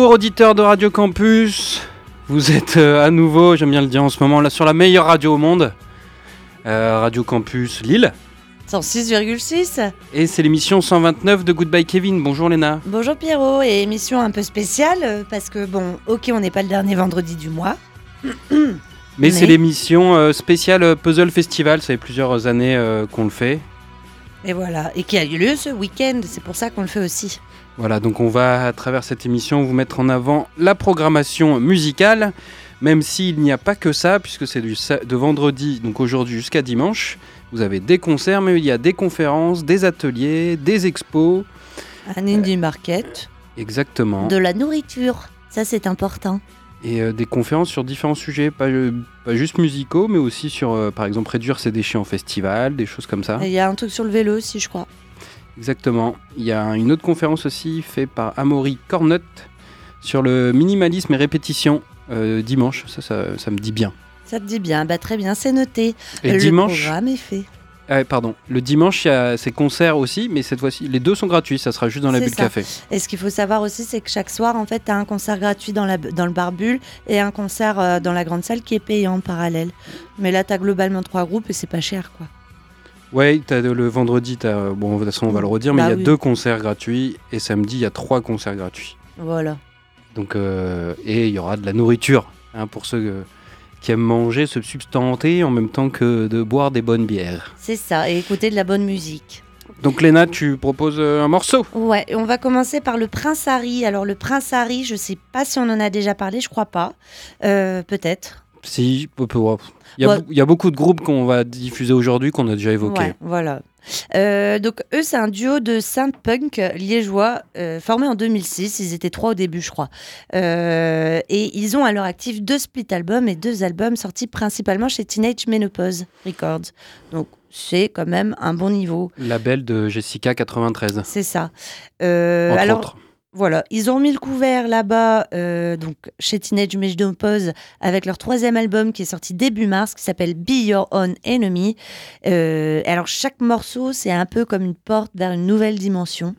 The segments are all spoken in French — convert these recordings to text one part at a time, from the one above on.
Bonjour auditeurs de Radio Campus, vous êtes à nouveau, j'aime bien le dire en ce moment, là sur la meilleure radio au monde, Radio Campus Lille. 106,6. Et c'est l'émission 129 de Goodbye Kevin. Bonjour Léna. Bonjour Pierrot, et émission un peu spéciale parce que bon, ok, on n'est pas le dernier vendredi du mois. Mais c'est l'émission spéciale Puzzle Festival, ça fait plusieurs années qu'on le fait. Et voilà, et qui a eu lieu ce week-end, c'est pour ça qu'on le fait aussi. Voilà, donc on va à travers cette émission vous mettre en avant la programmation musicale, même s'il n'y a pas que ça, puisque c'est de vendredi, donc aujourd'hui jusqu'à dimanche. Vous avez des concerts, mais il y a des conférences, des ateliers, des expos. Un indie market. Exactement. De la nourriture, ça c'est important. Et des conférences sur différents sujets, pas juste musicaux, mais aussi sur, par exemple, réduire ses déchets en festival, des choses comme ça. Il y a un truc sur le vélo aussi, je crois. Exactement. Il y a une autre conférence aussi faite par Amaury Cornut sur le minimalisme et répétition dimanche. Ça me dit bien. Ça te dit bien, bah très bien, c'est noté. Et le dimanche, programme est fait. Le dimanche, il y a ces concerts aussi, mais cette fois-ci, les deux sont gratuits, ça sera juste dans la bulle café. Et ce qu'il faut savoir aussi, c'est que chaque soir, en fait, tu as un concert gratuit dans le bar Bulle et un concert dans la grande salle qui est payant en parallèle. Mais là, tu as globalement 3 groupes et c'est pas cher, quoi. Ouais, le vendredi, bon, de toute façon, on va le redire, mais il y a 2 concerts gratuits et samedi, il y a 3 concerts gratuits. Voilà. Donc, et il y aura de la nourriture pour ceux qui aiment manger, se substanter en même temps que de boire des bonnes bières. C'est ça, et écouter de la bonne musique. Donc Léna, tu proposes un morceau ? Ouais, on va commencer par le Prince Harry. Alors le Prince Harry, je sais pas si on en a déjà parlé, je crois pas. Peut-être. Si, il y a beaucoup de groupes qu'on va diffuser aujourd'hui qu'on a déjà évoqués. Ouais, voilà. Donc eux, c'est un duo de synth-punk liégeois formé en 2006. Ils étaient 3 au début, je crois. Et ils ont à leur actif 2 split albums et 2 albums sortis principalement chez Teenage Menopause Records. Donc c'est quand même un bon niveau. Label de Jessica 93. C'est ça. Entre autres. Voilà, ils ont mis le couvert là-bas, donc chez Teenage Menopause, avec leur 3e album qui est sorti début mars, qui s'appelle Be Your Own Enemy. Alors chaque morceau, c'est un peu comme une porte vers une nouvelle dimension.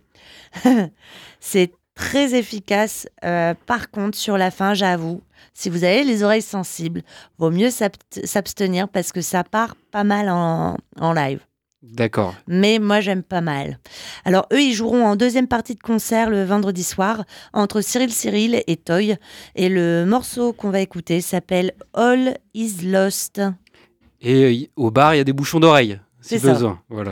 C'est très efficace. Par contre, sur la fin, j'avoue, si vous avez les oreilles sensibles, vaut mieux s'abstenir parce que ça part pas mal en live. D'accord. Mais moi, j'aime pas mal. Alors, eux, ils joueront en 2e partie de concert le vendredi soir entre Cyril et Toy. Et le morceau qu'on va écouter s'appelle All Is Lost. Et au bar, il y a des bouchons d'oreilles, si C'est besoin. Voilà.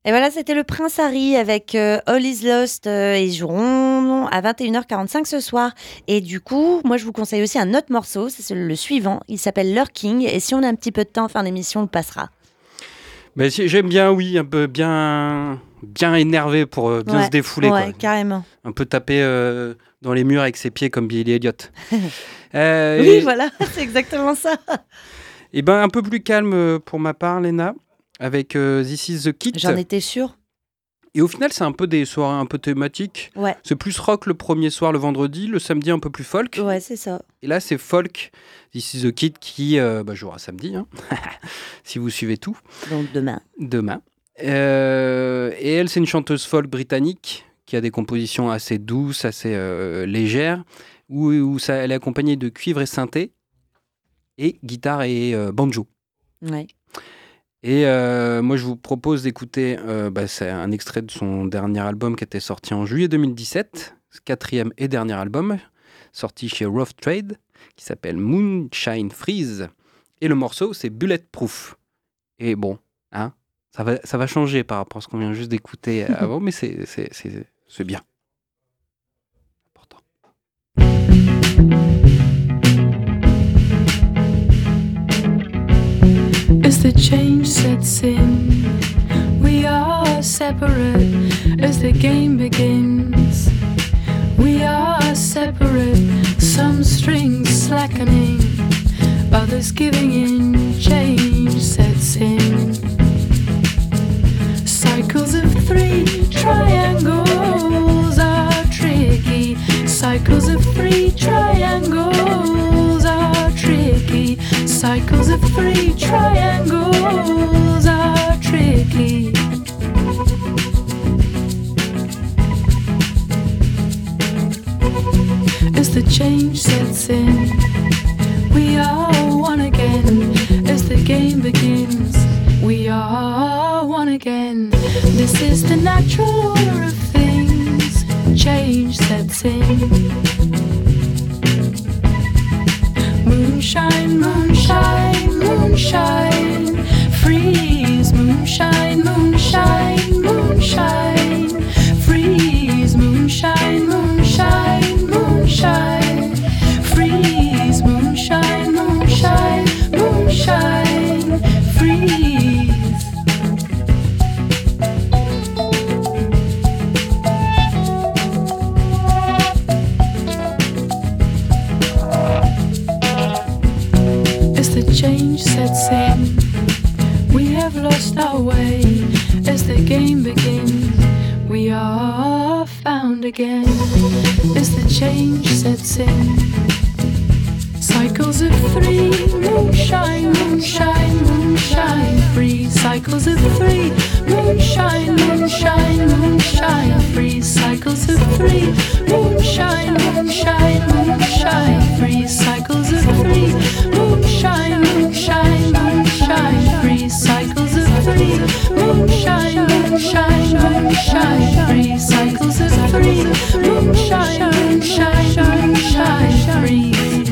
Et voilà, c'était le Prince Harry avec All Is Lost. Ils joueront à 21h45 ce soir. Et du coup, moi, je vous conseille aussi un autre morceau. C'est le suivant. Il s'appelle Lurking. Et si on a un petit peu de temps en fin d'émission, on le passera. Mais j'aime bien, oui, un peu bien énervé pour bien se défouler. Ouais, quoi. Carrément. Un peu taper dans les murs avec ses pieds comme Billy Elliot. Oui, voilà, c'est exactement ça. Et ben un peu plus calme pour ma part, Léna, avec This Is The Kit. J'en étais sûre. Et au final, c'est un peu des soirées un peu thématiques. Ouais. C'est plus rock le premier soir, le vendredi. Le samedi, un peu plus folk. Ouais, c'est ça. Et là, c'est folk. This Is The Kid qui jouera samedi, hein. Si vous suivez tout. Donc demain. Et elle, c'est une chanteuse folk britannique qui a des compositions assez douces, assez légères, où elle est accompagnée de cuivre et synthé, et guitare et banjo. Ouais. Et moi, je vous propose d'écouter c'est un extrait de son dernier album qui était sorti en juillet 2017, 4e et dernier album, sorti chez Rough Trade, qui s'appelle Moonshine Freeze. Et le morceau, c'est Bulletproof. Et bon, hein, ça va changer par rapport à ce qu'on vient juste d'écouter avant, mais c'est bien. Important. As the change sets in, we are separate. As the game begins, we are separate. Some strings slackening, others giving in. Change sets in. Cycles of 3 triangles are tricky. Cycles of 3 triangles are tricky. Cycles of 3 triangles are tricky. As the change sets in, we are one again. As the game begins, we are one again. This is the natural order of things. Change sets in. Moonshine, moonshine, moonshine. Freeze, moonshine, moonshine, moonshine. Freeze, moonshine, moonshine, moonshine. Freeze, moonshine, moonshine, moonshine. Freeze. As the change sets in, we have lost our way. As the game begins, we are found again. As the change sets in, cycles of 3, moonshine, moonshine, moonshine, free. Cycles of 3, moonshine, moonshine, moonshine, free. Cycles of 3, moonshine, moonshine, moonshine, free. Cycles of 3, moonshine, moonshine, moonshine, free. Cycles of 3, moonshine, moonshine, moonshine, free. Cycles of 3, moonshine, moonshine, moonshine, free.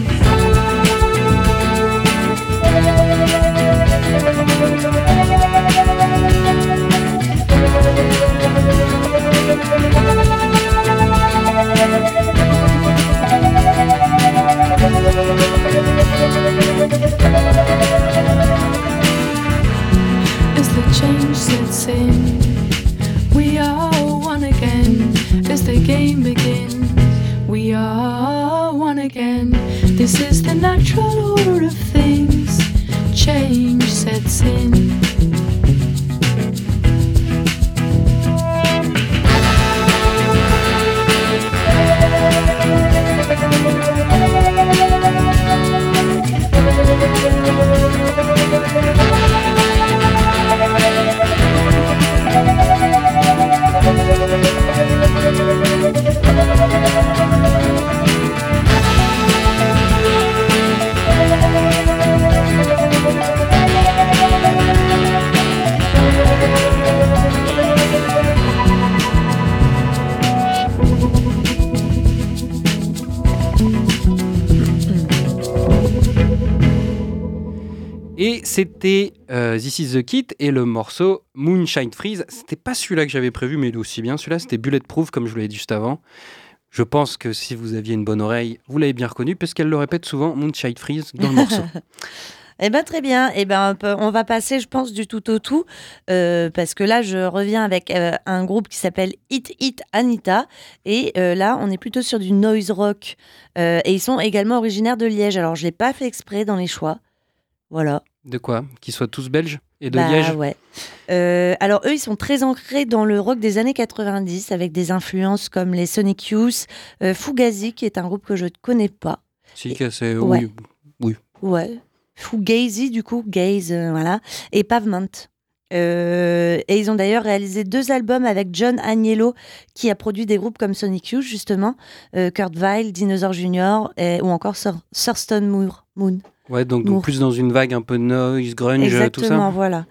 As the change sets in, we are one again. As the game begins, we are one again. This is the natural order of things. Change sets in. C'était This Is The Kit et le morceau Moonshine Freeze. C'était pas celui-là que j'avais prévu, mais il est aussi bien. Celui-là, c'était Bulletproof, comme je vous l'avais dit juste avant. Je pense que si vous aviez une bonne oreille, vous l'avez bien reconnu, parce qu'elle le répète souvent, Moonshine Freeze, dans le morceau. Eh ben très bien. Eh ben on va passer, je pense, du tout au tout, parce que là, je reviens avec un groupe qui s'appelle Hit Hit Anita, et là, on est plutôt sur du noise rock, et ils sont également originaires de Liège. Alors, je l'ai pas fait exprès dans les choix. Voilà. De quoi ? Qu'ils soient tous belges et de Liège ? Ouais. Alors eux, ils sont très ancrés dans le rock des années 90, avec des influences comme les Sonic Youth, Fugazi, qui est un groupe que je ne connais pas. Si, que c'est... Ouais. Oui. Ouais. Fugazi, du coup, Gaze, voilà. Et Pavement. Et ils ont d'ailleurs réalisé 2 albums avec John Agnello, qui a produit des groupes comme Sonic Youth, justement, Kurt Weill, Dinosaur Jr., ou encore Thurston Moon. Ouais, donc plus dans une vague un peu noise, grunge, exactement, tout ça. Exactement, voilà.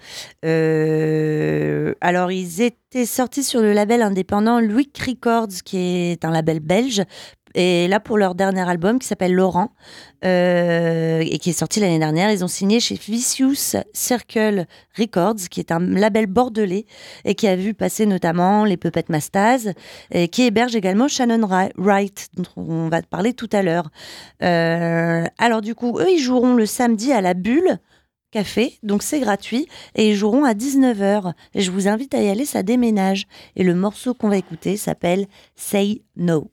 Alors, ils étaient sortis sur le label indépendant Louis Records, qui est un label belge. Et là, pour leur dernier album, qui s'appelle Laurent, et qui est sorti l'année dernière, ils ont signé chez Vicious Circle Records, qui est un label bordelais, et qui a vu passer notamment les Puppet Mastaz, et qui héberge également Shannon Wright, dont on va te parler tout à l'heure. Alors du coup, eux, ils joueront le samedi à la Bulle Café, donc c'est gratuit, et ils joueront à 19h. Et je vous invite à y aller, ça déménage. Et le morceau qu'on va écouter s'appelle Say No.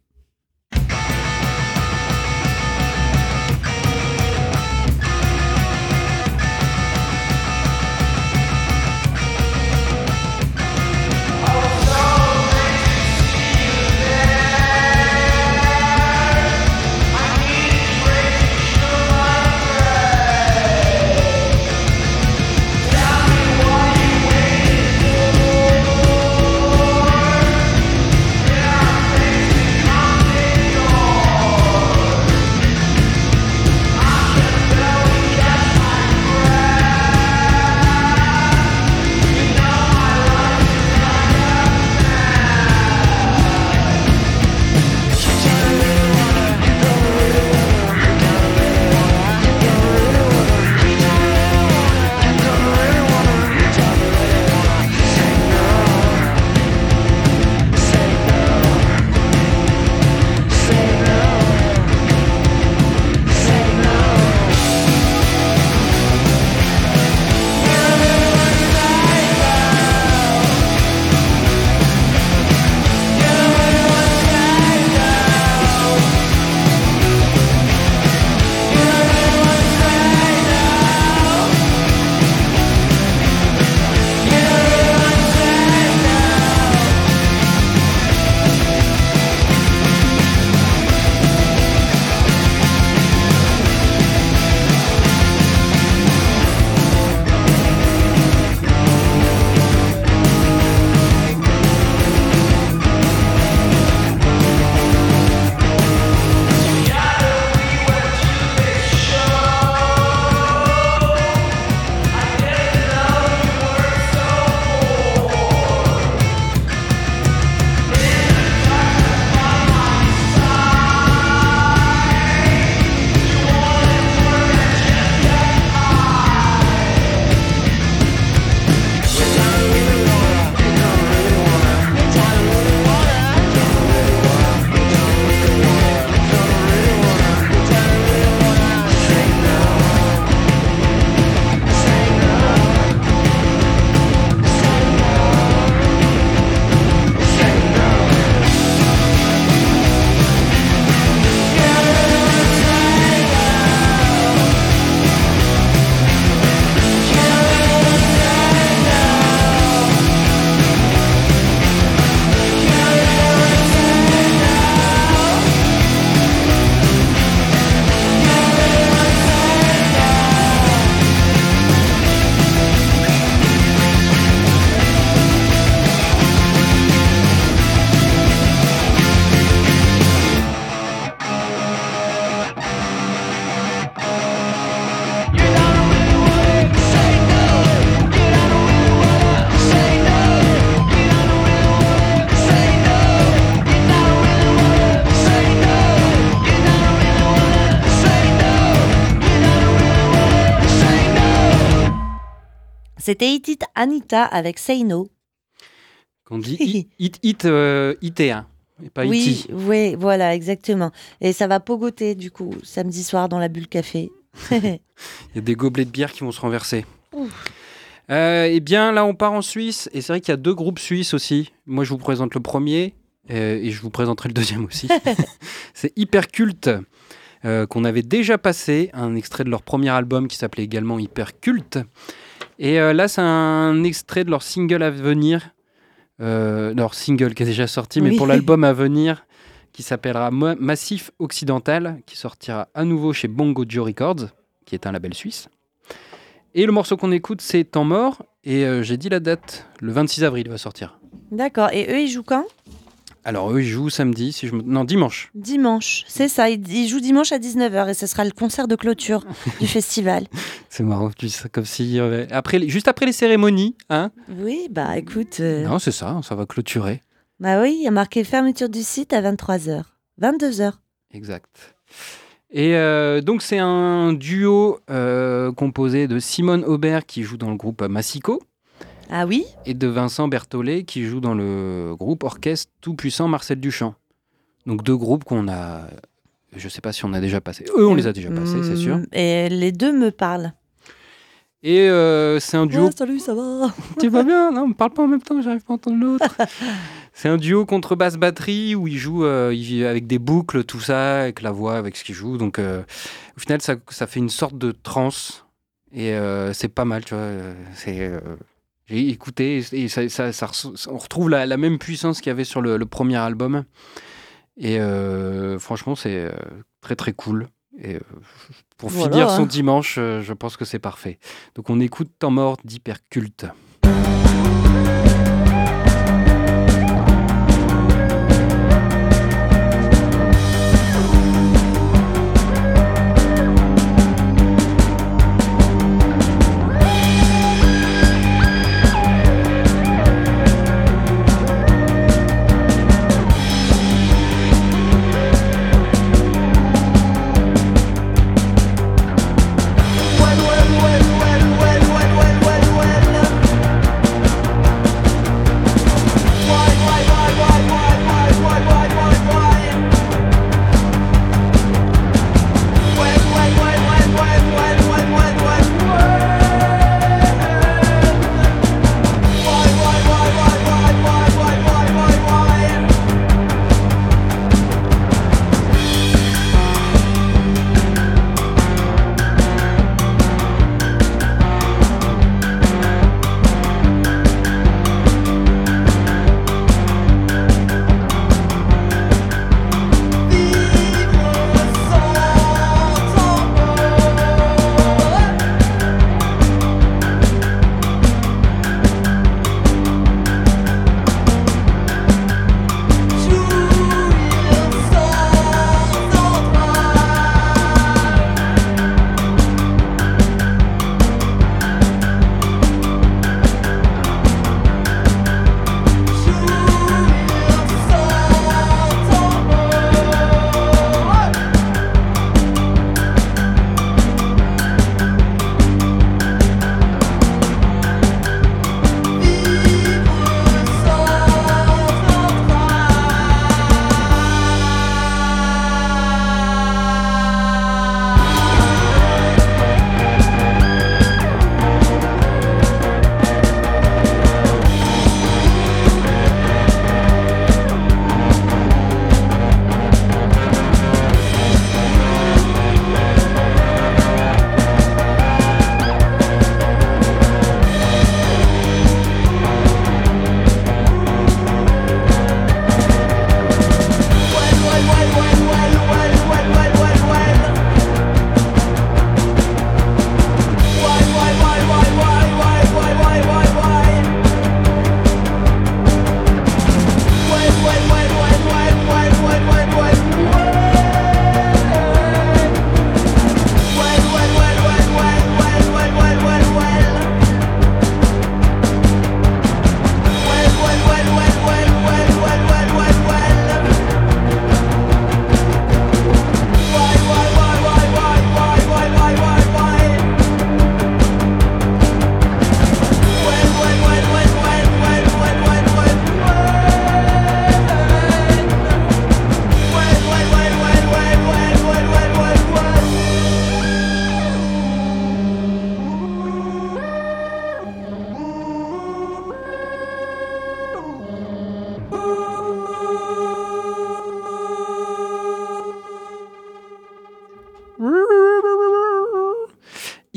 Come C'était Hit It Anita avec Say No. Qu'on dit IT, hein, et pas IT. Oui, voilà, exactement. Et ça va pogoter, du coup, samedi soir dans la bulle café. Il y a des gobelets de bière qui vont se renverser. Eh bien, là, on part en Suisse. Et c'est vrai qu'il y a 2 groupes suisses aussi. Moi, je vous présente le premier et je vous présenterai le deuxième aussi. C'est Hyperculte, qu'on avait déjà passé, un extrait de leur premier album qui s'appelait également Hyperculte. Et là, c'est un extrait de leur single à venir. Leur single qui est déjà sorti, mais pour l'album à venir, qui s'appellera Massif Occidental, qui sortira à nouveau chez Bongo Joe Records, qui est un label suisse. Et le morceau qu'on écoute, c'est Temps mort, et j'ai dit la date, le 26 avril, il va sortir. D'accord, et eux, ils jouent quand ? Alors eux, ils jouent samedi, non, dimanche. Dimanche, c'est ça, ils jouent dimanche à 19h, et ce sera le concert de clôture du festival. C'est marrant, tu dis ça comme si... juste après les cérémonies, hein ? Oui, bah écoute... Non, c'est ça va clôturer. Bah oui, il y a marqué fermeture du site à 23h. 22h. Exact. Et donc c'est un duo composé de Simone Aubert qui joue dans le groupe Massico. Ah oui ? Et de Vincent Berthollet qui joue dans le groupe Orchestre Tout-Puissant Marcel Duchamp. Donc 2 groupes qu'on a... Je sais pas si on a déjà passé. Eux, on les a déjà passés, c'est sûr. Et les 2 me parlent. Et c'est un duo... Ouais, salut, ça va ? Tu vas bien ? Non, on me parle pas en même temps, j'arrive pas à entendre l'autre. C'est un duo contrebasse-batterie où il joue avec des boucles, tout ça, avec la voix, avec ce qu'il joue. Donc au final, ça fait une sorte de trance. Et c'est pas mal, tu vois. J'ai écouté et on retrouve la même puissance qu'il y avait sur le premier album. Et franchement, c'est très très cool. Et pour finir son dimanche, je pense que c'est parfait. Donc on écoute Temps mort d'Hyperculte.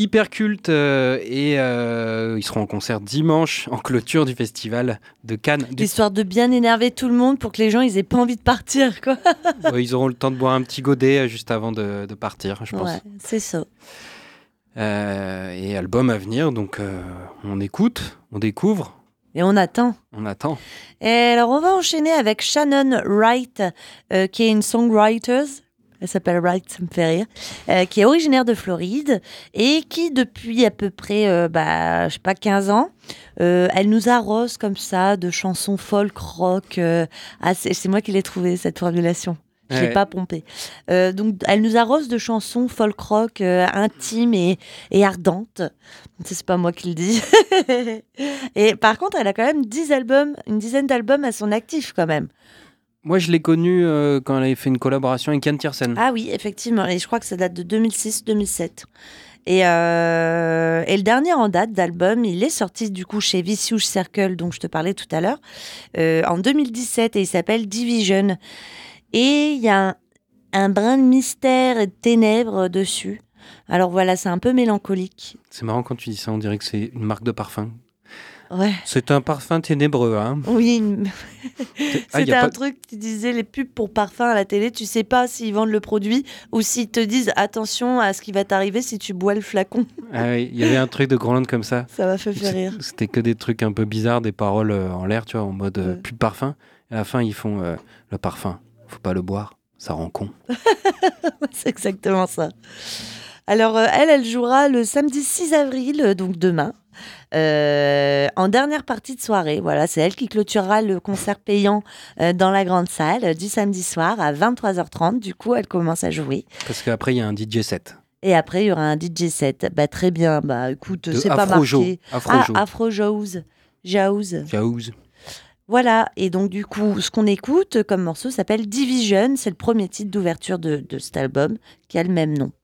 hyper culte et ils seront en concert dimanche en clôture du festival de Cannes. Histoire de bien énerver tout le monde pour que les gens ils aient pas envie de partir, quoi. Ouais, ils auront le temps de boire un petit godet juste avant de partir, je pense. Ouais, c'est ça. Et album à venir, donc on écoute, on découvre. Et on attend. On attend. Et alors, on va enchaîner avec Shannon Wright, qui est une songwriter. Elle s'appelle Wright, ça me fait rire. Qui est originaire de Floride et qui, depuis à peu près, je sais pas, 15 ans, elle nous arrose comme ça de chansons folk, rock. C'est moi qui l'ai trouvé, cette formulation. Je ne l'ai pas pompée. Donc, elle nous arrose de chansons folk rock intimes et ardentes. C'est pas moi qui le dis. Et par contre, elle a quand même 10 albums, une dizaine d'albums à son actif quand même. Moi, je l'ai connue quand elle avait fait une collaboration avec Yann Tiersen. Ah oui, effectivement. Et je crois que ça date de 2006-2007. Et le dernier en date d'album, il est sorti du coup chez Vicious Circle, dont je te parlais tout à l'heure, en 2017, et il s'appelle Division. Et il y a un brin de mystère et de ténèbres dessus. Alors voilà, c'est un peu mélancolique. C'est marrant quand tu dis ça, on dirait que c'est une marque de parfum. Ouais. C'est un parfum ténébreux, hein. Oui, c'était un truc, tu disais les pubs pour parfum à la télé, tu sais pas s'ils vendent le produit ou s'ils te disent attention à ce qui va t'arriver si tu bois le flacon. Ah oui, il y avait un truc de Groenland comme ça. Ça m'a fait rire. C'était que des trucs un peu bizarres, des paroles en l'air, tu vois, en mode pub parfum. Et à la fin, ils font le parfum. Faut pas le boire, ça rend con. C'est exactement ça. Alors, elle jouera le samedi 6 avril, donc demain, en dernière partie de soirée. Voilà, c'est elle qui clôturera le concert payant dans la grande salle du samedi soir à 23h30. Du coup, elle commence à jouer. Parce qu'après, il y a un DJ set. Et après, il y aura un DJ set. Bah, très bien. Bah, écoute, c'est pas marqué. Afro-Jawz. Jawz. Voilà, et donc du coup, ce qu'on écoute comme morceau s'appelle Division, c'est le premier titre d'ouverture de cet album qui a le même nom.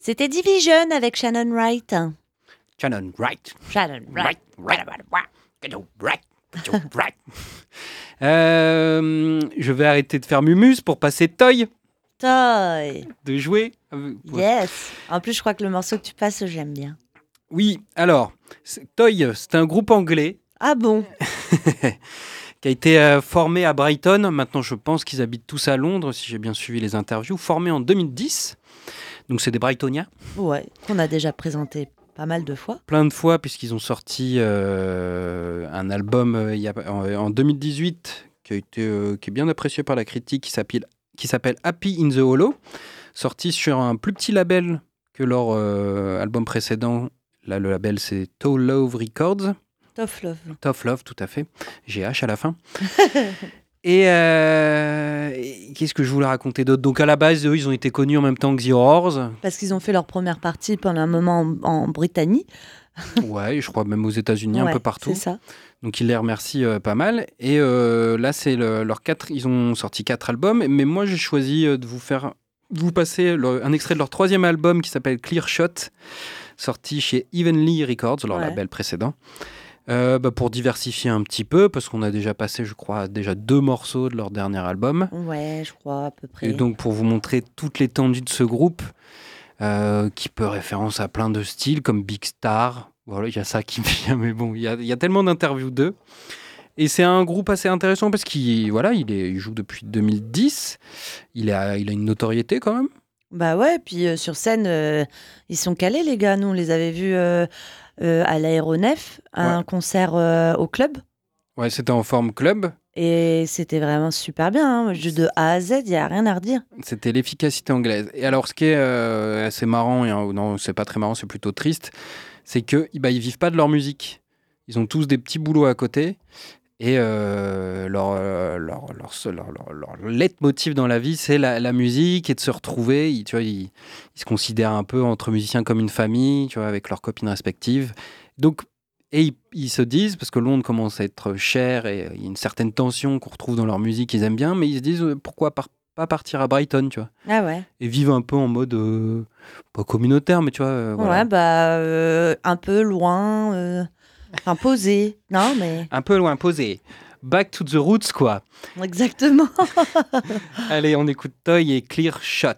C'était Division avec Shannon Wright. Shannon Wright. Shannon Wright. Je vais arrêter de faire Mumus pour passer Toy, Toy. de jouer. Yes. En plus, je crois que le morceau que tu passes, j'aime bien. Oui, alors, Toy, c'est un groupe anglais Ah bon? qui a été formé à Brighton. Maintenant, je pense qu'ils habitent tous à Londres, si j'ai bien suivi les interviews. Formé en 2010. Donc, c'est des Brightoniens. Ouais, qu'on a déjà présenté pas mal de fois. Plein de fois, puisqu'ils ont sorti un album en 2018 qui est bien apprécié par la critique, qui s'appelle Happy in the Hollow, sorti sur un plus petit label que leur album précédent. Là, le label, c'est Tough Love Records. Tough Love. Tough Love, tout à fait. J'ai H à la fin. Et qu'est-ce que je voulais raconter d'autre? Donc à la base, eux, ils ont été connus en même temps que The Horrors. Parce qu'ils ont fait leur première partie pendant un moment en Britannie. Ouais, je crois même aux États-Unis, un Ouais, peu partout. C'est ça. Donc ils les remercient pas mal. Et là, c'est ils ont sorti 4 albums. Mais moi, j'ai choisi de vous passer un extrait de leur 3e album qui s'appelle Clear Shot, sorti chez Evenly Records, leur label précédent. Pour diversifier un petit peu, parce qu'on a déjà passé, je crois, 2 morceaux de leur dernier album. Ouais, je crois, à peu près. Et donc, pour vous montrer toute l'étendue de ce groupe, qui peut référence à plein de styles, comme Big Star. Voilà, il y a ça qui me vient, mais bon, il y a tellement d'interviews d'eux. Et c'est un groupe assez intéressant, parce qu'il joue depuis 2010. Il a une notoriété, quand même. Bah ouais, puis sur scène, ils sont calés, les gars. Nous, on les avait vus à l'Aéronef, à un concert au club. Ouais, c'était en forme club. Et c'était vraiment super bien. Hein. De A à Z, il n'y a rien à redire. C'était l'efficacité anglaise. Et alors, ce qui est assez marrant, non, c'est pas très marrant, c'est plutôt triste, c'est qu'ils ils vivent pas de leur musique. Ils ont tous des petits boulots à côté. Et leur leitmotiv dans la vie, c'est la musique et de se retrouver. Ils se considèrent un peu entre musiciens comme une famille, tu vois, avec leurs copines respectives. Donc, et ils se disent, parce que Londres commence à être cher et il y a une certaine tension qu'on retrouve dans leur musique, ils aiment bien, mais ils se disent pourquoi pas partir à Brighton, tu vois. Ah ouais. Et vivre un peu en mode pas communautaire, mais tu vois. Voilà. Ouais, un peu loin. Enfin, posé, non mais... Un peu loin, posé. Back to the roots, quoi. Exactement. Allez, on écoute Toy et Clear Shot.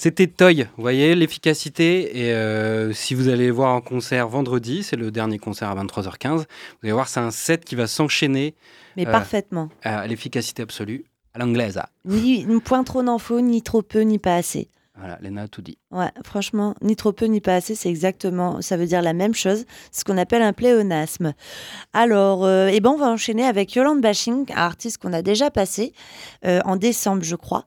C'était Toy, vous voyez l'efficacité. Et si vous allez voir en concert vendredi, c'est le dernier concert à 23h15, vous allez voir, c'est un set qui va s'enchaîner. Mais parfaitement. À l'efficacité absolue, à l'anglaise. Ni point trop n'en faut, ni trop peu, ni pas assez. Voilà, Léna a tout dit. Ouais, franchement, ni trop peu, ni pas assez, c'est exactement, ça veut dire la même chose, c'est ce qu'on appelle un pléonasme. Alors, on va enchaîner avec Yolande Bashing, un artiste qu'on a déjà passé en décembre, je crois,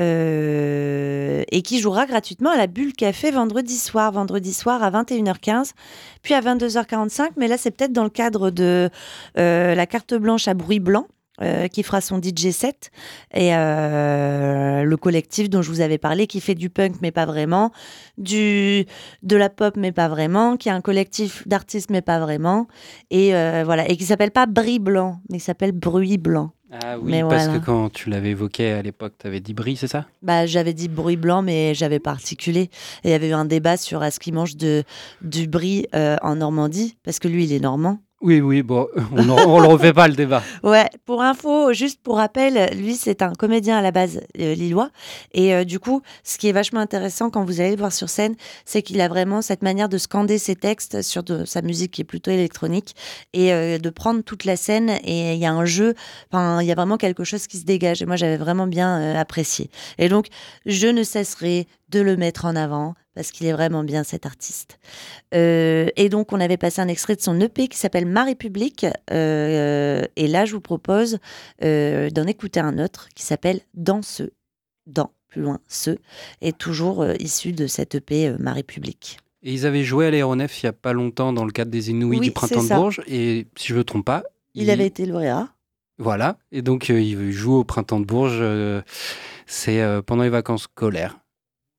et qui jouera gratuitement à la Bulle Café vendredi soir à 21h15, puis à 22h45, mais là, c'est peut-être dans le cadre de la carte blanche à bruit blanc. Qui fera son DJ set et le collectif dont je vous avais parlé qui fait du punk mais pas vraiment, de la pop mais pas vraiment, qui a un collectif d'artistes mais pas vraiment et voilà, et qui s'appelle pas Bris Blanc mais qui s'appelle Bruit Blanc. Ah oui, mais parce que quand tu l'avais évoqué à l'époque, tu avais dit Bris, c'est ça ? J'avais dit Bruit Blanc mais j'avais pas articulé et il y avait eu un débat sur est-ce qu'il mange du brie en Normandie parce que lui il est normand. Oui, bon, on le refait pas le débat. Ouais, pour info, juste pour rappel, lui c'est un comédien à la base lillois et du coup, ce qui est vachement intéressant quand vous allez le voir sur scène, c'est qu'il a vraiment cette manière de scander ses textes sur sa musique qui est plutôt électronique et de prendre toute la scène et il y a un jeu, il y a vraiment quelque chose qui se dégage et moi j'avais vraiment bien apprécié. Et donc, je ne cesserai de le mettre en avant parce qu'il est vraiment bien cet artiste. Et donc, on avait passé un extrait de son EP qui s'appelle Ma République. Et là, je vous propose d'en écouter un autre qui s'appelle Dans ce. Dans, plus loin, ce. Et toujours issu de cet EP Ma République. Et ils avaient joué à l'Aéronef il n'y a pas longtemps dans le cadre des Inouïs du Printemps de Bourges. Et si je ne me trompe pas... Il avait été lauréat. Voilà. Et donc, il joue au Printemps de Bourges. C'est pendant les vacances scolaires. D'avril ?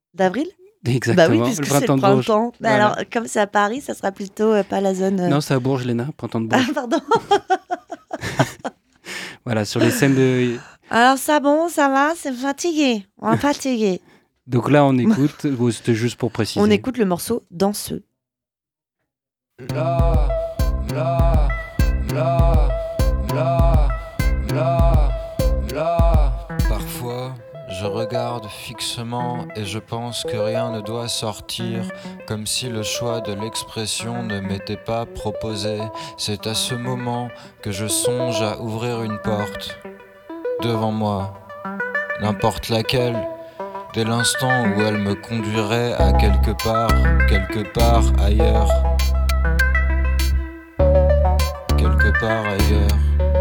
Exactement. Bah oui, puisque c'est le printemps. Voilà. Alors, comme c'est à Paris, ça sera plutôt pas la zone... Non, c'est à Bourges, Léna, Printemps de Bourges. Ah, pardon. Voilà, sur les scènes de... Alors, ça va, c'est fatigué. On est fatigué. Donc là, on écoute, c'était juste pour préciser. On écoute le morceau Danseux. Parfois, je regarde fixement et je pense que rien ne doit sortir, comme si le choix de l'expression ne m'était pas proposé. C'est à ce moment que je songe à ouvrir une porte devant moi, n'importe laquelle, dès l'instant où elle me conduirait à quelque part ailleurs. Quelque part ailleurs.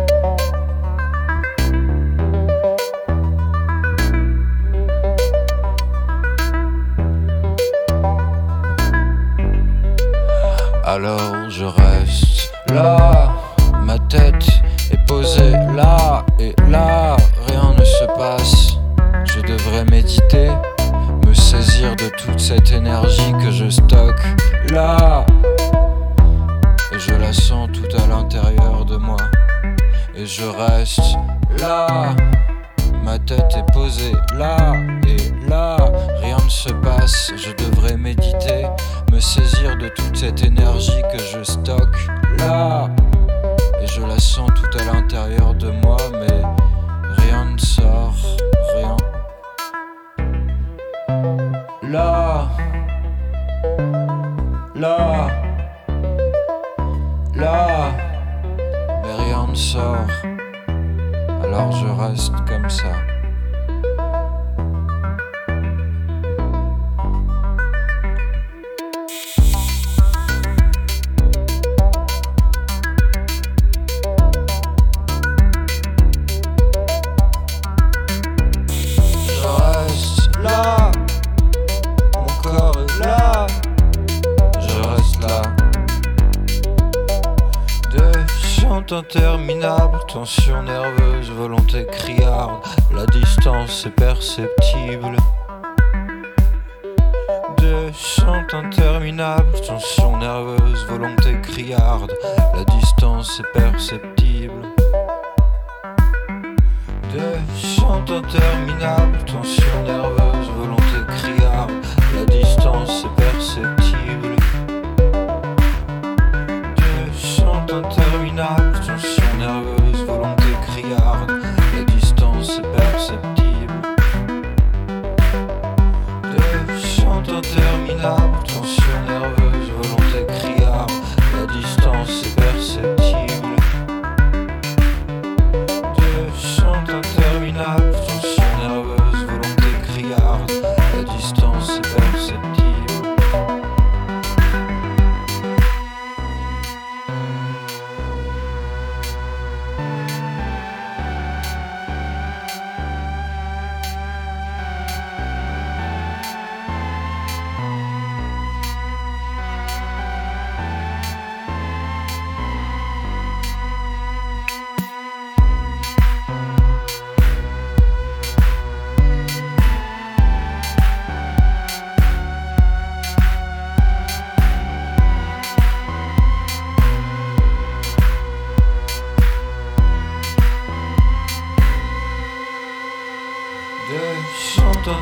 Alors je reste là, ma tête est posée là, et là, rien ne se passe. Je devrais méditer, me saisir de toute cette énergie que je stocke là. Et je la sens tout à l'intérieur de moi. Et je reste là, ma tête est posée là, et là, rien ne se passe. Je devrais méditer, me saisir de toute cette énergie que je stocke là. Et je la sens tout à l'intérieur de moi, mais rien ne sort, rien. Là, là, là, mais rien ne sort. Alors je reste comme ça. Interminable, tension nerveuse, volonté criarde, la distance est perceptible. De chants interminables, tension nerveuse, volonté criarde, la distance est perceptible. De chants interminables, tension nerveuse, volonté criarde, la distance est perceptible. Interminable, tension nerveuse, volonté criarde, la distance est perceptible. De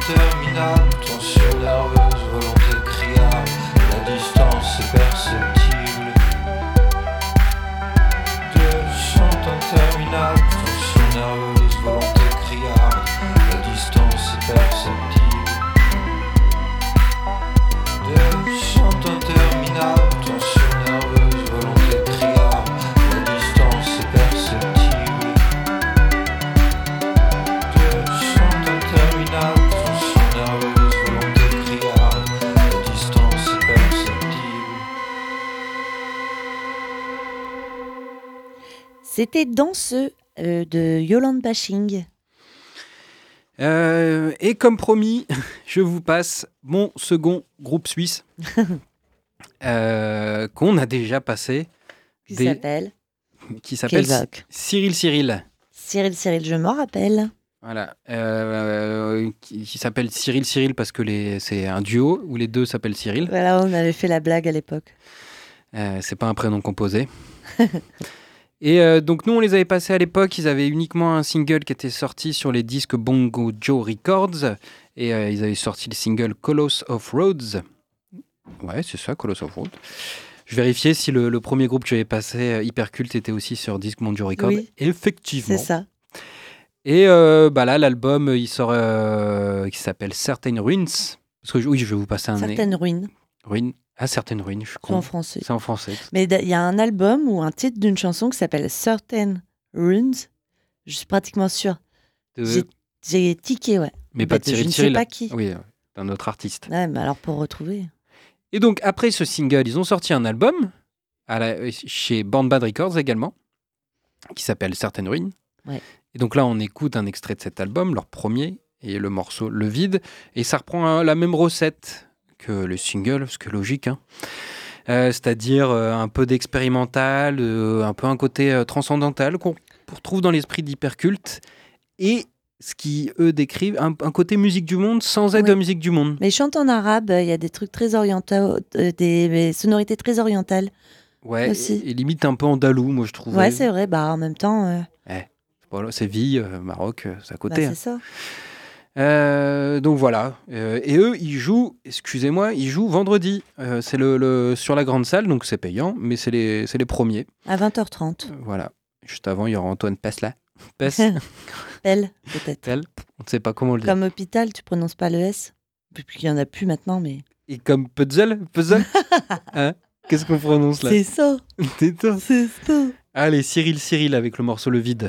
interminable, tension nerveuse, volonté criarde, la distance est perceptible. Descente interminable, tension nerveuse, volonté criarde, la distance est perceptible. Descente interminable, tension nerveuse, volonté criarde, la distance est perceptible. Descente interminable, tension nerveuse, volonté criarde, la distance est perceptible. C'était Danseux de Yolande Bashing. Et comme promis, je vous passe mon second groupe suisse qu'on a déjà passé, Qui Des- s'appelle qui s'appelle Kézak. Cyril. Cyril, je m'en rappelle. Voilà, qui s'appelle Cyril parce que c'est un duo où les deux s'appellent Cyril. Voilà, on avait fait la blague à l'époque. C'est pas un prénom composé. Et donc nous on les avait passés à l'époque, ils avaient uniquement un single qui était sorti sur les disques Bongo Joe Records et ils avaient sorti le single Coloss of Rhodes. Ouais, c'est ça, Coloss of Rhodes. Je vérifiais si le premier groupe que j'avais passé, Hypercult, était aussi sur disque Bongo Records. Oui. Effectivement. C'est ça. Et là, l'album, il sort qui s'appelle Certain Ruins. Parce que oui, je vais vous passer un Certaines ruines ruines. Ah, Certaines Ruines, je suis sont en con. français. C'est en français. Mais il y a un album ou un titre d'une chanson qui s'appelle Certain Runes. Je suis pratiquement sûre. De- J'ai tiqué, ouais. Mais pas de Je Cyril ne sais Cyril. pas qui. Oui, d'un autre artiste. Ouais, mais alors pour retrouver. Et donc, après ce single, ils ont sorti un album chez Band Bad Records également, qui s'appelle Certaines Ruines. Ouais. Et donc là, on écoute un extrait de cet album, leur premier, et le morceau Le Vide. Et ça reprend la même recette que le single, ce qui est logique. Hein. C'est-à-dire un peu d'expérimental, un peu un côté transcendantal qu'on retrouve dans l'esprit d'Hyperculte. Et ce qui, eux, décrivent un côté musique du monde sans être Oui. de musique du monde. Mais ils chantent en arabe, il y a des trucs très orientaux, des sonorités très orientales. Ouais, Aussi. et limite un peu andalou, moi je trouve. Ouais, c'est vrai, bah en même temps, Voilà, c'est Maroc, c'est à bah, côté. c'est ça. Donc voilà. Et eux, ils jouent vendredi. C'est sur la grande salle, donc c'est payant, mais c'est les premiers. À 20h30. Voilà. Juste avant, il y aura Antoine Pesla. Pes, Elle, peut-être. Tel. On ne sait pas comment le dire. Comme hôpital, tu prononces pas le S. Puis qu'il y en a plus maintenant, mais. Et comme Puzzle. Hein. Qu'est-ce qu'on prononce là? C'est ça. C'est ça. C'est ça. Allez, Cyril avec le morceau Le Vide.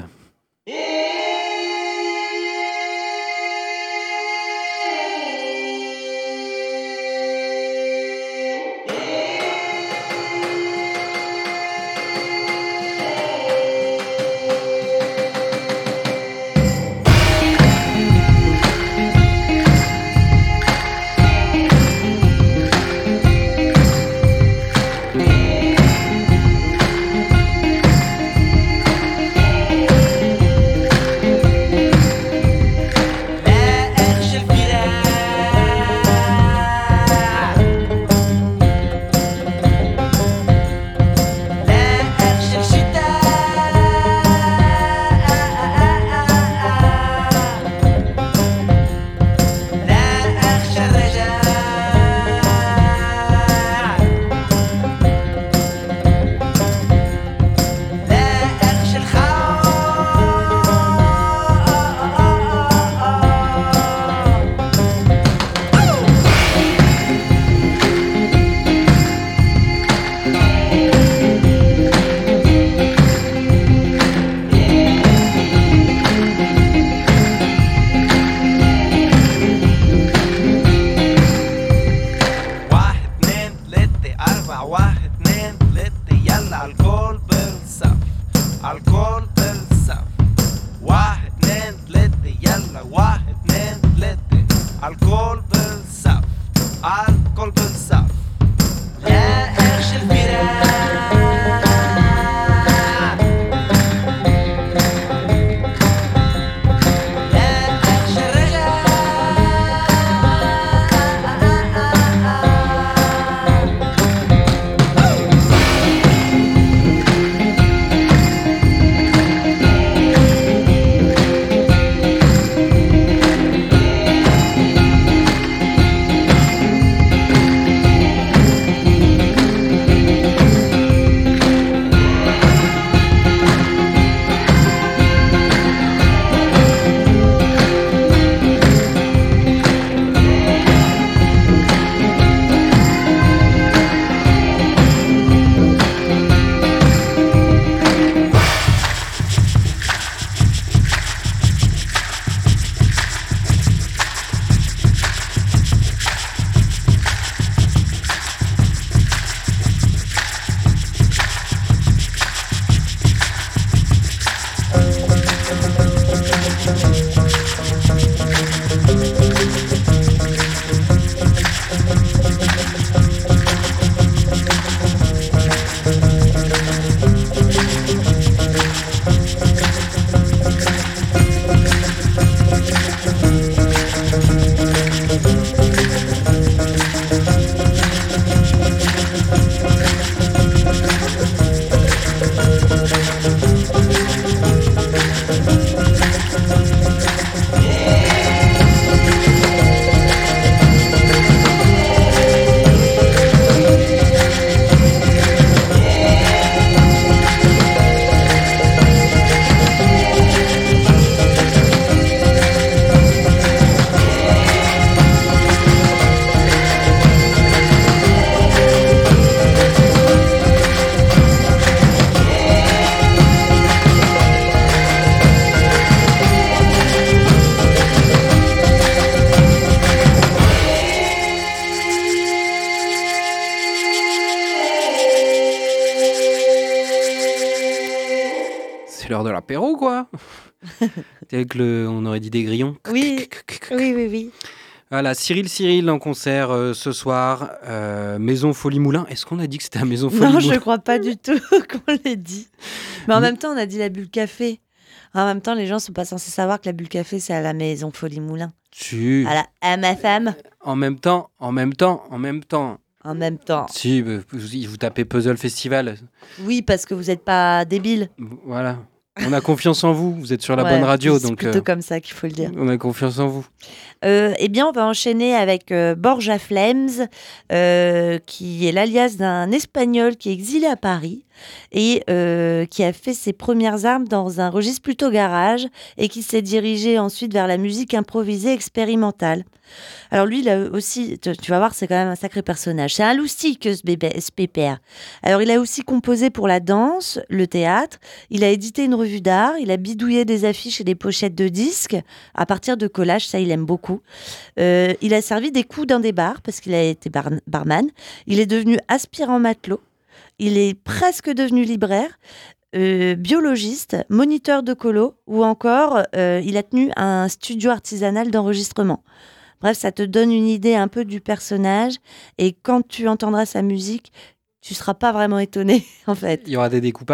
c'est l'heure de l'apéro, quoi. Avec on aurait dit des grillons. Oui, oui. Voilà, Cyril en concert ce soir, Maison Folie Moulin. Est-ce qu'on a dit que c'était à Maison Folie Moulin ? Non, je crois pas du tout qu'on l'ait dit. Mais en même temps, on a dit la Bulle Café. En même temps, les gens sont pas censés savoir que la Bulle Café, c'est à la Maison Folie Moulin. À ma femme. En même temps. En même temps. Si, vous tapez Puzzle Festival. Oui, parce que vous n'êtes pas débile. Voilà. On a confiance en vous. Vous êtes sur la bonne radio. C'est plutôt comme ça qu'il faut le dire. On a confiance en vous. Eh bien, on va enchaîner avec Borja Flems, qui est l'alias d'un Espagnol qui est exilé à Paris et qui a fait ses premières armes dans un registre plutôt garage et qui s'est dirigé ensuite vers la musique improvisée expérimentale. Alors lui, il a aussi, tu vas voir, c'est quand même un sacré personnage. C'est un loustique, ce pépère. Alors il a aussi composé pour la danse, le théâtre, il a édité une revue d'art, il a bidouillé des affiches et des pochettes de disques à partir de collages, ça il aime beaucoup. Il a servi des coups dans des bars parce qu'il a été barman. Il est devenu aspirant matelot. Il est presque devenu libraire. Biologiste, moniteur de colo ou encore il a tenu un studio artisanal d'enregistrement. Bref, ça te donne une idée un peu du personnage et quand tu entendras sa musique, tu seras pas vraiment étonné en fait. Il y aura des découpages ?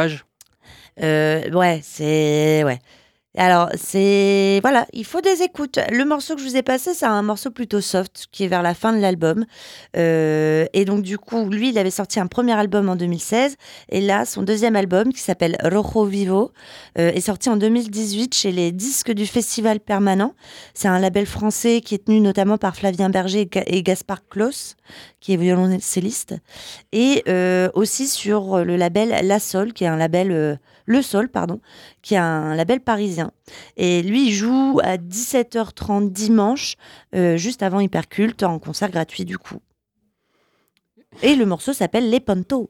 Ouais. Alors, voilà, il faut des écoutes. Le morceau que je vous ai passé, c'est un morceau plutôt soft, qui est vers la fin de l'album. Et donc, du coup, lui, il avait sorti un premier album en 2016. Et là, son deuxième album, qui s'appelle Rojo Vivo, est sorti en 2018 chez les Disques du Festival Permanent. C'est un label français qui est tenu notamment par Flavien Berger et Gaspard Claus, qui est violoncelliste. Et aussi sur le label La Sol, qui est un label... Le Sol, qui est un label parisien. Et lui, il joue à 17h30 dimanche, juste avant Hyperculte, en concert gratuit du coup. Et le morceau s'appelle Les Pontos.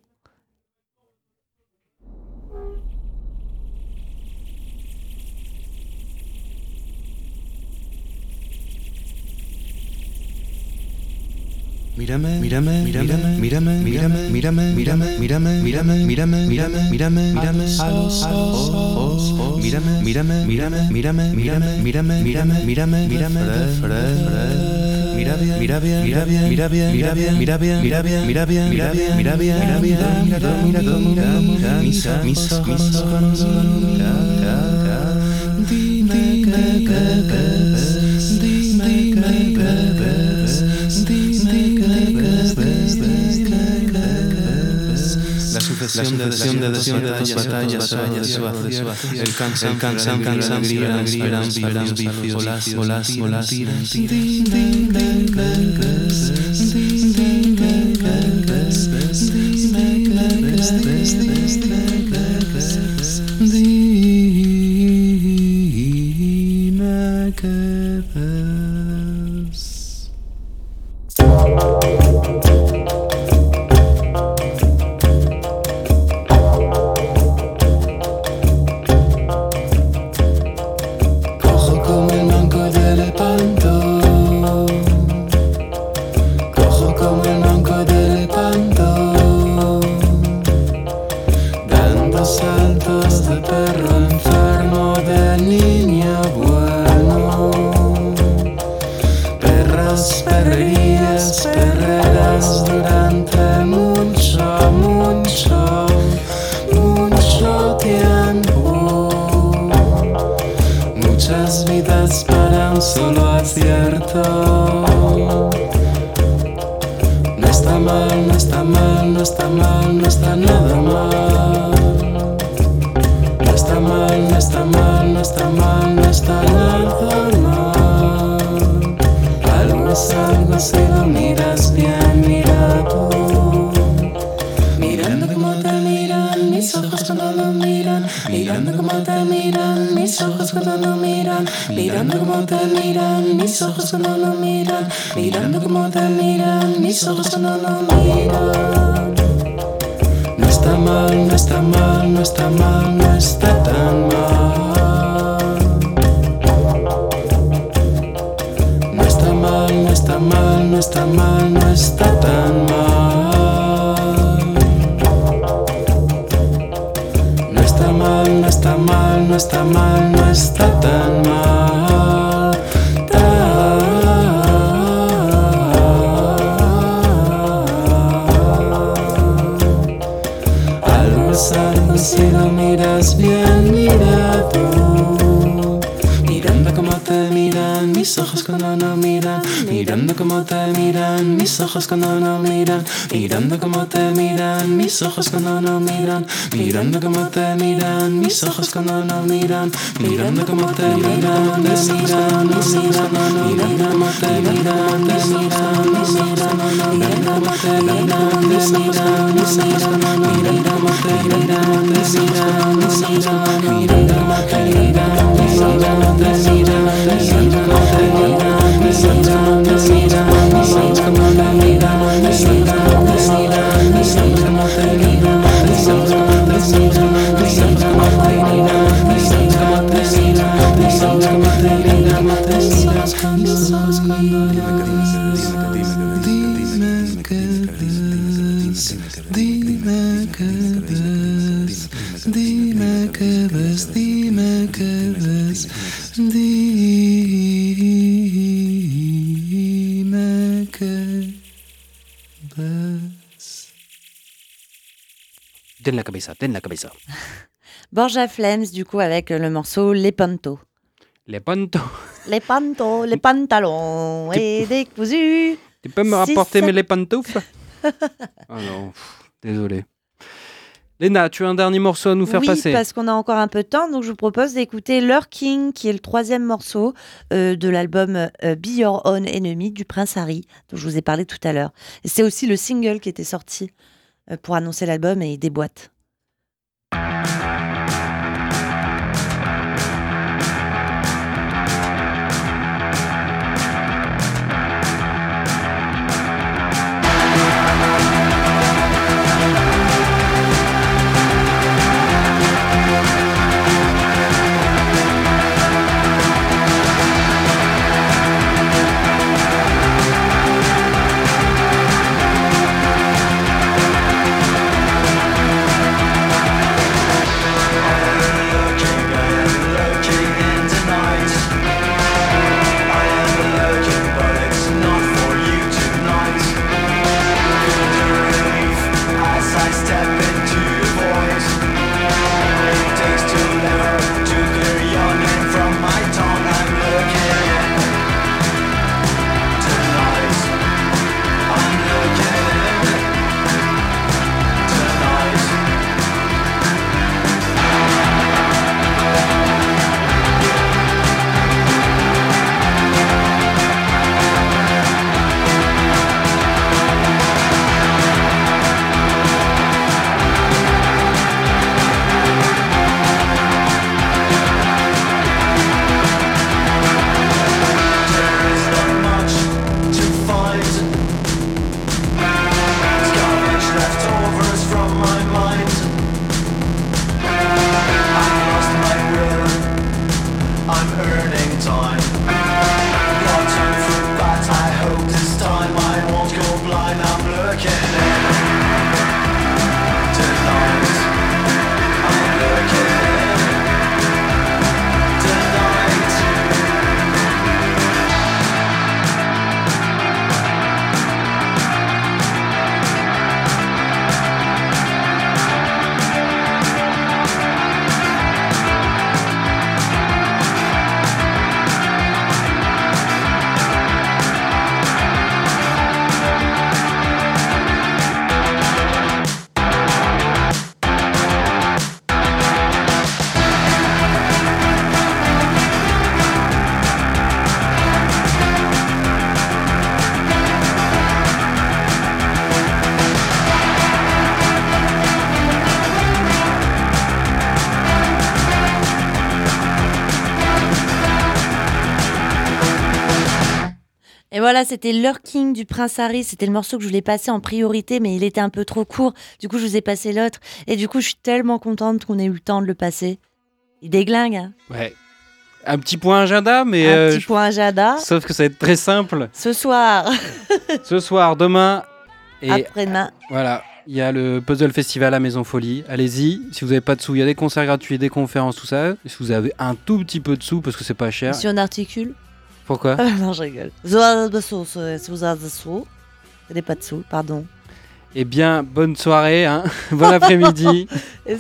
Mírame, mírame, mírame, mírame, mírame, mírame, mírame, mírame, mírame, mírame, mírame, mírame, mírame, a los ojos, mírame, mírame, mírame, mírame, mírame, mírame, mírame, mírame, mírame, mira bien, mira bien, mira bien, mira bien, mira bien, mira bien, mira bien, mira bien, mira bien, mira bien, mira bien, mira mira mis ojos, dime que ves, dime que ves. La sucesión de batallas, el cansancio, la alegría, olas, dime que ves. Cojo como el manco de Lepanto, cojo como el manco de Lepanto, dando saltos de perro enfermo, de niño bueno, perrerías, perreras durante mucho tiempo. Muchas vidas para un solo acierto. No está mal, no está mal, no está mal, no está nada mal. No está mal, no está mal, no está mal, no está nada mal. Algo es algo si lo miras bien, mira tú. Mirando como te miran mis ojos cuando lo miran. Mirando como te miran mis ojos cuando lo miran. Mirando como te miran mis ojos cuando lo miran. Mirando como te miran mis ojos cuando lo miran. No está mal, no está mal, no está mal, no está tan mal. No está mal, no está mal, no está mal, no está tan mal. No está mal, no está está mal, no está mal, no está tan mal. Al pasar si lo miras bien mirado, mirando cómo te miran mis ojos cuando no miran, mirando cómo te miran mis ojos cuando no miran, mirando cómo te miran mis ojos cuando no miran, mirando cómo te miran mis ojos cuando no miran, mirando cómo te miran, te miran, no miran, mirando cómo te miran, te miran, no miran, mirando cómo te miran, te miran, no miran, mirando cómo te miran, te miran, no miran, mirando cómo te miran, te miran, te miran, mirando cómo te miran, te miran, te miran, mirando cómo te miran, te miran, te miran, mirando cómo te miran, te miran, cómo te miran, mirando cómo te miran, mirando cómo te miran, mirando cómo te miran, te miras con los ojos cuando dime que ves, dime que ves, dime que ves, dime que ves. Donne la cabeza, donne la cabeza. Borja Flems, du coup, avec le morceau Les Pantos. Les pantos. Les pantos, les pantalons et décousus. Tu peux me Si rapporter ça- les pantoufles? Oh non, désolé. Léna, tu as un dernier morceau à nous faire oui, passer? parce qu'on a encore un peu de temps, donc je vous propose d'écouter Lurking, qui est le 3e morceau de l'album Be Your Own Enemy du Prince Harry, dont je vous ai parlé tout à l'heure. Et c'est aussi le single qui était sorti pour annoncer l'album et il déboîte. Et voilà, c'était Lurking du Prince Harry. C'était le morceau que je voulais passer en priorité, mais il était un peu trop court. Du coup, je vous ai passé l'autre. Et du coup, je suis tellement contente qu'on ait eu le temps de le passer. Il déglingue, hein. Ouais. Un petit point agenda, mais... Un petit point agenda. Sauf que ça va être très simple. Ce soir. Ce soir, demain et... Après-demain. Voilà. Il y a le Puzzle Festival à Maison Folie. Allez-y. Si vous n'avez pas de sous, il y a des concerts gratuits, des conférences, tout ça. Si vous avez un tout petit peu de sous, parce que c'est pas cher. Si on articule. Pourquoi ? Non, je rigole. Si vous avez des sous, si vous avez des sous. Vous n'avez pas de sous, pardon. Eh bien, bonne soirée, hein. Bon après-midi. Et